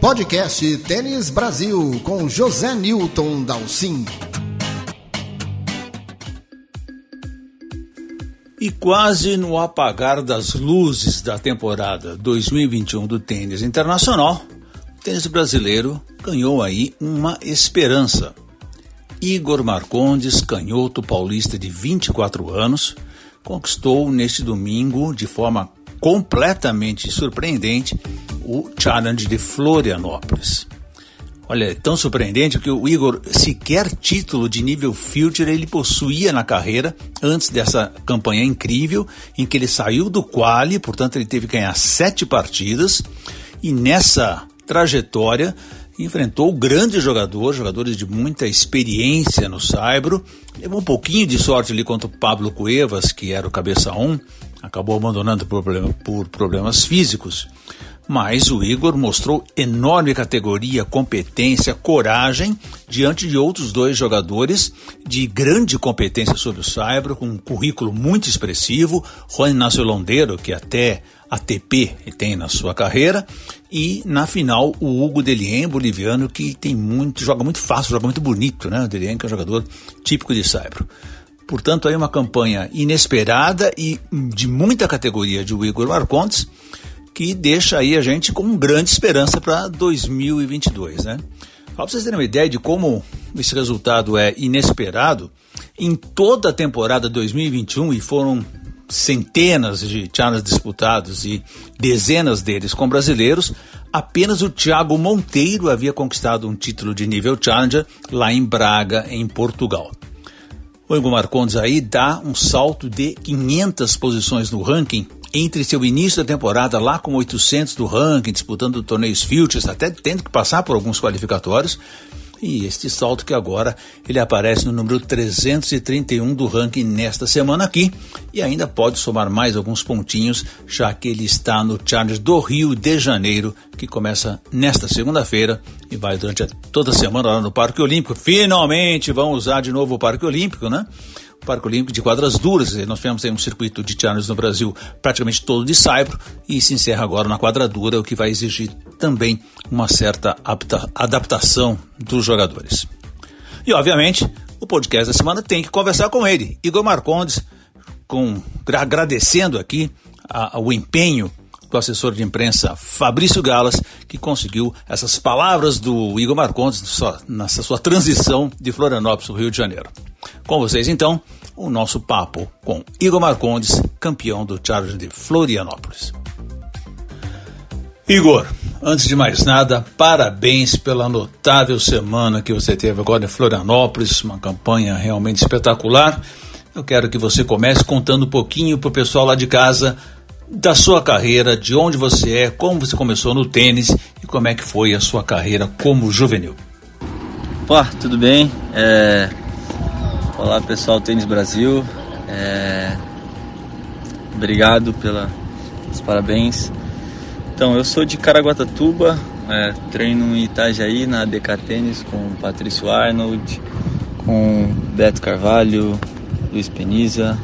Podcast Tênis Brasil com José Newton Dalcin. E quase no apagar das luzes da temporada 2021 do tênis internacional, o tênis brasileiro ganhou aí uma esperança. Igor Marcondes, canhoto paulista de 24 anos, conquistou neste domingo, de forma completamente surpreendente, o Challenge de Florianópolis. Olha, é tão surpreendente que o Igor, sequer título de nível Future ele possuía na carreira antes dessa campanha incrível, em que ele saiu do quali, portanto ele teve que ganhar 7 partidas, e nessa trajetória enfrentou grandes jogadores de muita experiência no saibro, levou um pouquinho de sorte ali contra o Pablo Cuevas, que era o cabeça 1, acabou abandonando por problemas físicos. Mas o Igor mostrou enorme categoria, competência, coragem diante de outros 2 jogadores de grande competência sobre o saibro, com um currículo muito expressivo, Juan Ignacio Londeiro, que até ATP tem na sua carreira, e na final o Hugo Dellien, boliviano, que joga muito fácil, joga muito bonito, né? O Dellien, que é um jogador típico de saibro. Portanto, aí uma campanha inesperada e de muita categoria de Igor Marcondes, que deixa aí a gente com grande esperança para 2022, né? Para vocês terem uma ideia de como esse resultado é inesperado, em toda a temporada 2021, e foram centenas de challenges disputados e dezenas deles com brasileiros, apenas o Thiago Monteiro havia conquistado um título de nível Challenger lá em Braga, em Portugal. O Igor Marcondes aí dá um salto de 500 posições no ranking entre seu início da temporada lá com 800 do ranking, disputando torneios Futures, até tendo que passar por alguns qualificatórios, e este salto que agora ele aparece no número 331 do ranking nesta semana aqui, e ainda pode somar mais alguns pontinhos, já que ele está no Challenge do Rio de Janeiro, que começa nesta segunda-feira e vai durante toda a semana lá no Parque Olímpico. Finalmente vão usar de novo o Parque Olímpico, né? Parque Olímpico de quadras duras. Nós tivemos aí um circuito de challenges no Brasil praticamente todo de saibro e se encerra agora na quadra dura, o que vai exigir também uma certa adaptação dos jogadores. E obviamente o podcast da semana tem que conversar com ele, Igor Marcondes, agradecendo aqui o empenho do assessor de imprensa Fabrício Galas, que conseguiu essas palavras do Igor Marcondes nessa sua transição de Florianópolis ao Rio de Janeiro. Com vocês, então, o nosso papo com Igor Marcondes, campeão do Challenge de Florianópolis. Igor, antes de mais nada, parabéns pela notável semana que você teve agora em Florianópolis, uma campanha realmente espetacular. Eu quero que você comece contando um pouquinho para o pessoal lá de casa da sua carreira, de onde você é, como você começou no tênis e como é que foi a sua carreira como juvenil. Pô, tudo bem? Olá pessoal do Tênis Brasil, obrigado pelos parabéns. Então, eu sou de Caraguatatuba, treino em Itajaí na DK Tênis com o Patrício Arnold, com Beto Carvalho, Luiz Peniza.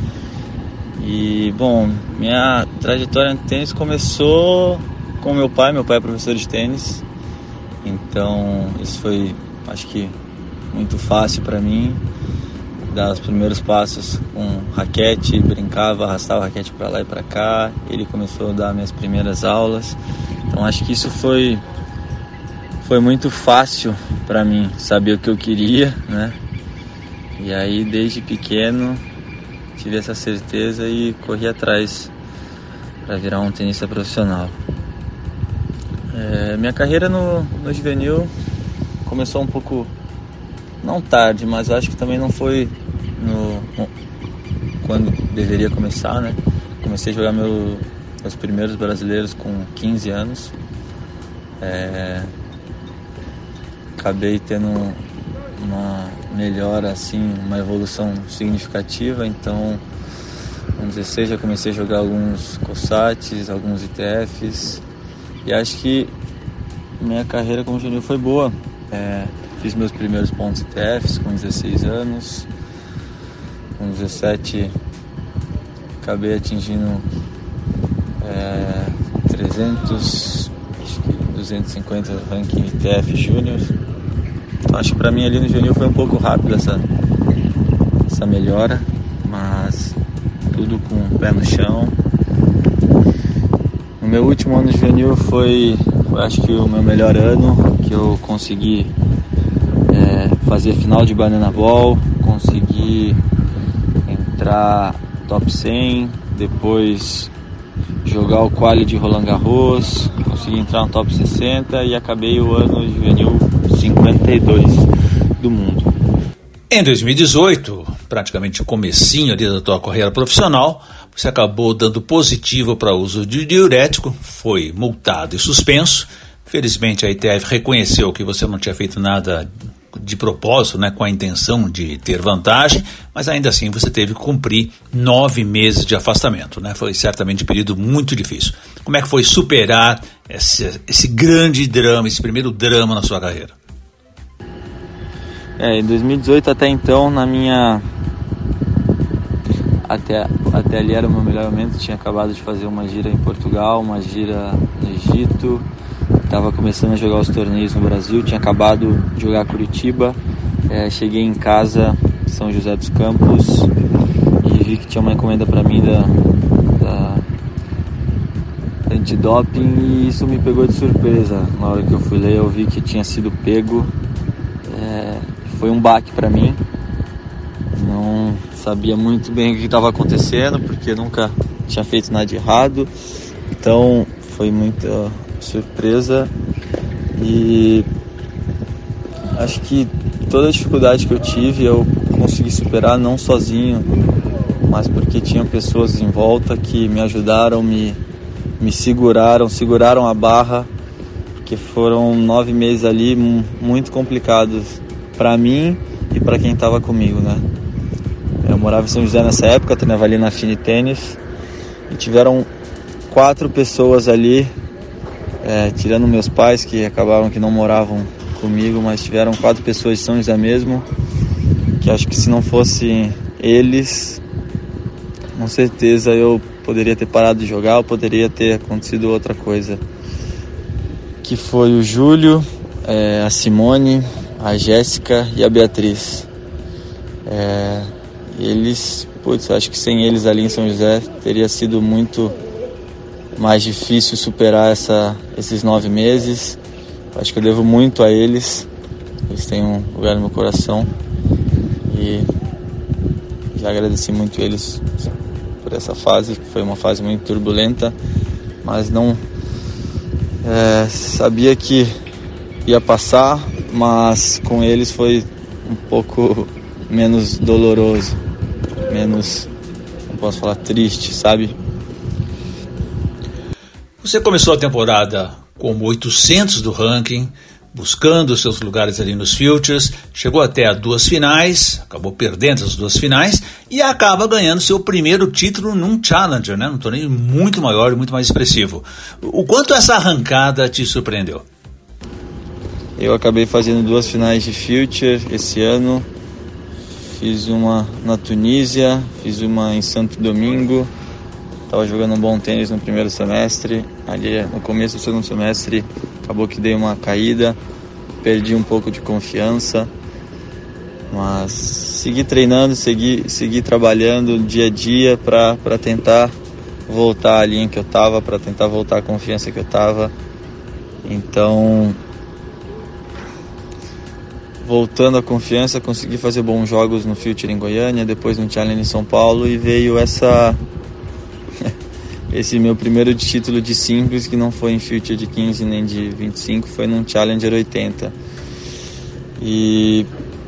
E, bom, minha trajetória no tênis começou com meu pai é professor de tênis, então isso foi, acho que, muito fácil para mim, dar os primeiros passos com raquete, brincava, arrastava a raquete para lá e para cá, ele começou a dar minhas primeiras aulas, então acho que isso foi muito fácil para mim, saber o que eu queria, né? E aí, desde pequeno, tive essa certeza e corri atrás para virar um tenista profissional. Minha carreira no juvenil começou um pouco, não tarde, mas acho que também não foi quando deveria começar, né? Comecei a jogar meus primeiros brasileiros com 15 anos. Acabei tendo uma melhora, assim, uma evolução significativa, então com 16 já comecei a jogar alguns COSATs, alguns ITFs, e acho que minha carreira como juvenil foi boa. Fiz meus primeiros pontos ITFs com 16 anos, com 17 acabei atingindo 300, acho que 250 ranking ITF Júnior. Então, acho que para mim ali no juvenil foi um pouco rápido essa melhora, mas tudo com o pé no chão. No meu último ano juvenil foi acho que o meu melhor ano, que eu consegui fazer final de Banana Ball, consegui entrar top 100, depois jogar o quali de Roland Garros, consegui entrar no top 60 e acabei o ano juvenil 52 do mundo. Em 2018, praticamente o comecinho ali da tua carreira profissional, você acabou dando positivo para uso de diurético, foi multado e suspenso. Felizmente a ITF reconheceu que você não tinha feito nada de propósito, né, com a intenção de ter vantagem, mas ainda assim você teve que cumprir 9 meses de afastamento, né? Foi certamente um período muito difícil. Como é que foi superar esse grande drama, esse primeiro drama na sua carreira? Em 2018 até então, até ali era o meu melhor momento. Tinha acabado de fazer uma gira em Portugal, uma gira no Egito, estava começando a jogar os torneios no Brasil, tinha acabado de jogar Curitiba, cheguei em casa, São José dos Campos, e vi que tinha uma encomenda para mim da antidoping, e isso me pegou de surpresa. Na hora que eu fui ler, eu vi que tinha sido pego. Foi um baque para mim, não sabia muito bem o que estava acontecendo, porque nunca tinha feito nada de errado, então foi muita surpresa. E acho que toda a dificuldade que eu tive eu consegui superar, não sozinho, mas porque tinham pessoas em volta que me ajudaram, me seguraram a barra, porque foram 9 meses ali muito complicados para mim e para quem estava comigo, né? Eu morava em São José nessa época, treinava ali na Fini Tênis, e tiveram 4 pessoas ali, tirando meus pais, que acabaram que não moravam comigo, mas tiveram 4 pessoas de São José mesmo, que acho que se não fossem eles, com certeza eu poderia ter parado de jogar, ou poderia ter acontecido outra coisa. Que foi o Júlio, a Simone, a Jéssica e a Beatriz. Eles, eu acho que sem eles ali em São José teria sido muito mais difícil superar esses 9 meses. Acho que eu devo muito a eles. Eles têm um lugar no meu coração e já agradeci muito eles por essa fase, que foi uma fase muito turbulenta, mas não sabia que ia passar, mas com eles foi um pouco menos doloroso, menos, não posso falar triste, sabe? Você começou a temporada como 800 do ranking, buscando seus lugares ali nos Futures, chegou até a 2 finais, acabou perdendo as 2 finais e acaba ganhando seu primeiro título num Challenger, né? Num torneio muito maior e muito mais expressivo. O quanto essa arrancada te surpreendeu? Eu acabei fazendo 2 finais de Future esse ano. Fiz uma na Tunísia, fiz uma em Santo Domingo. Estava jogando um bom tênis no primeiro semestre. Ali no começo do segundo semestre acabou que dei uma caída, perdi um pouco de confiança. Mas segui treinando, segui trabalhando dia a dia para tentar voltar à linha que eu estava, para tentar voltar à confiança que eu estava. Então, voltando à confiança, consegui fazer bons jogos no Future em Goiânia, depois no Challenge em São Paulo, e veio esse meu primeiro título de simples, que não foi em Future de 15 nem de 25, foi num Challenger 80. E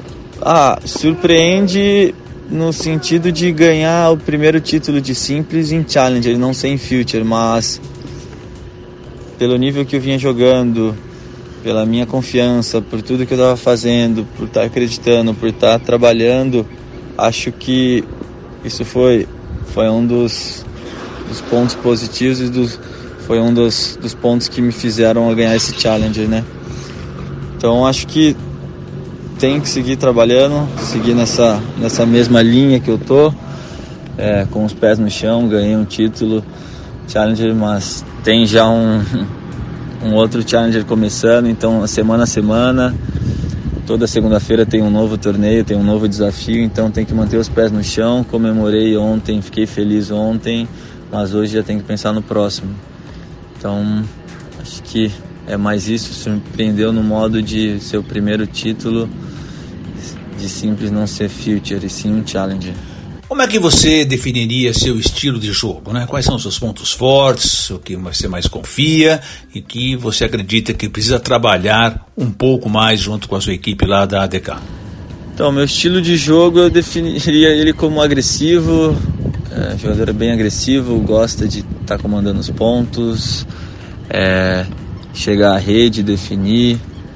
surpreende no sentido de ganhar o primeiro título de simples em Challenger, não ser em Future, mas pelo nível que eu vinha jogando, pela minha confiança, por tudo que eu estava fazendo, por estar acreditando, por estar trabalhando, acho que isso foi um dos pontos positivos e foi um dos pontos que me fizeram ganhar esse Challenger, né? Então acho que tem que seguir trabalhando, seguir nessa mesma linha que eu tô, com os pés no chão. Ganhei um título Challenger, mas tem já um outro Challenger começando, então semana a semana, toda segunda-feira tem um novo torneio, tem um novo desafio, então tem que manter os pés no chão. Comemorei ontem, fiquei feliz ontem, mas hoje já tem que pensar no próximo. Então acho que é mais isso, surpreendeu no modo de ser o primeiro título, de simples não ser Future e sim um Challenger. Como é que você definiria seu estilo de jogo, né? Quais são os seus pontos fortes, o que você mais confia e que você acredita que precisa trabalhar um pouco mais junto com a sua equipe lá da ADK? Então, meu estilo de jogo eu definiria ele como agressivo, jogador bem agressivo, gosta de estar comandando os pontos, chegar à rede, definir,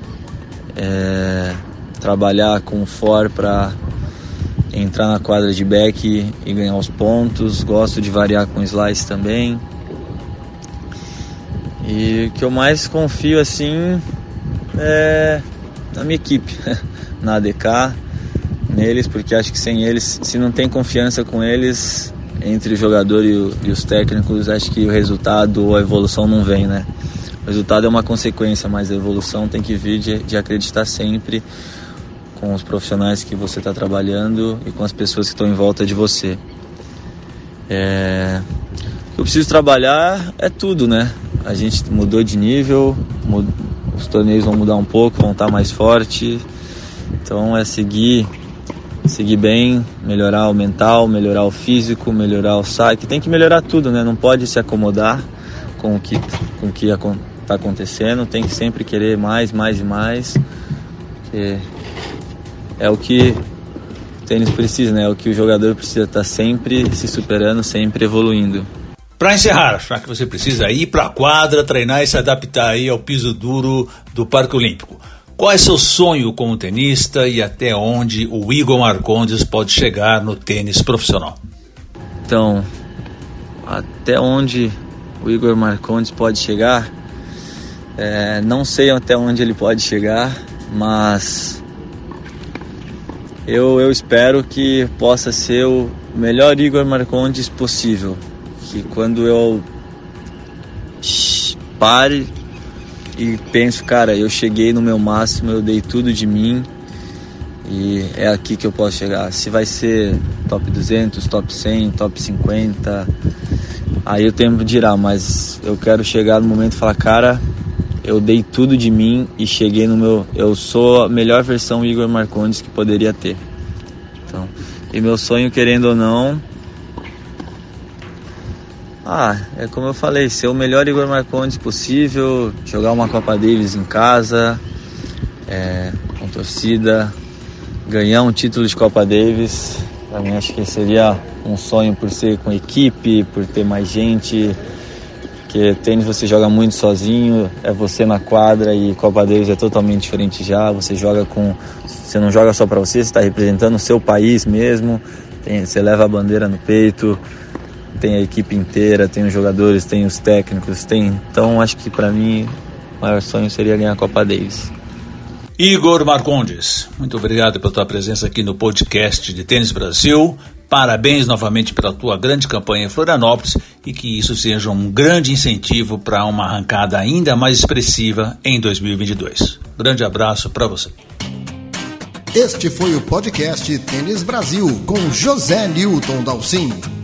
trabalhar com o for para entrar na quadra de back e ganhar os pontos. Gosto de variar com slice também. E o que eu mais confio assim é na minha equipe, na ADK, neles, porque acho que sem eles, se não tem confiança com eles, entre o jogador e os técnicos, acho que o resultado ou a evolução não vem, né? O resultado é uma consequência, mas a evolução tem que vir de acreditar sempre com os profissionais que você está trabalhando e com as pessoas que estão em volta de você. O que eu preciso trabalhar é tudo, né? A gente mudou de nível, os torneios vão mudar um pouco, vão estar mais fortes. Então é seguir bem, melhorar o mental, melhorar o físico, melhorar o saque. Tem que melhorar tudo, né? Não pode se acomodar com o que está acontecendo. Tem que sempre querer mais e mais. Porque é o que o tênis precisa, né? É o que o jogador precisa estar sempre se superando, sempre evoluindo. Para encerrar, já que você precisa ir para a quadra, treinar e se adaptar aí ao piso duro do Parque Olímpico, qual é seu sonho como tenista e até onde o Igor Marcondes pode chegar no tênis profissional? Então, até onde o Igor Marcondes pode chegar, não sei até onde ele pode chegar, mas eu espero que possa ser o melhor Igor Marcondes possível. Que quando eu pare e penso, cara, eu cheguei no meu máximo, eu dei tudo de mim e é aqui que eu posso chegar. Se vai ser top 200, top 100, top 50, aí o tempo dirá, mas eu quero chegar no momento e falar, cara, eu dei tudo de mim e cheguei no meu... Eu sou a melhor versão Igor Marcondes que poderia ter. Então, e meu sonho, querendo ou não... é como eu falei, ser o melhor Igor Marcondes possível, jogar uma Copa Davis em casa, com torcida, ganhar um título de Copa Davis. Para mim acho que seria um sonho por ser com equipe, por ter mais gente, porque tênis você joga muito sozinho, é você na quadra, e Copa Davis é totalmente diferente já, você não joga só para você está representando o seu país mesmo, você leva a bandeira no peito, tem a equipe inteira, tem os jogadores, tem os técnicos, então acho que para mim o maior sonho seria ganhar a Copa Davis. Igor Marcondes, muito obrigado pela tua presença aqui no podcast de Tênis Brasil. Parabéns novamente pela tua grande campanha em Florianópolis e que isso seja um grande incentivo para uma arrancada ainda mais expressiva em 2022. Grande abraço para você. Este foi o podcast Tênis Brasil com José Newton Dalcin.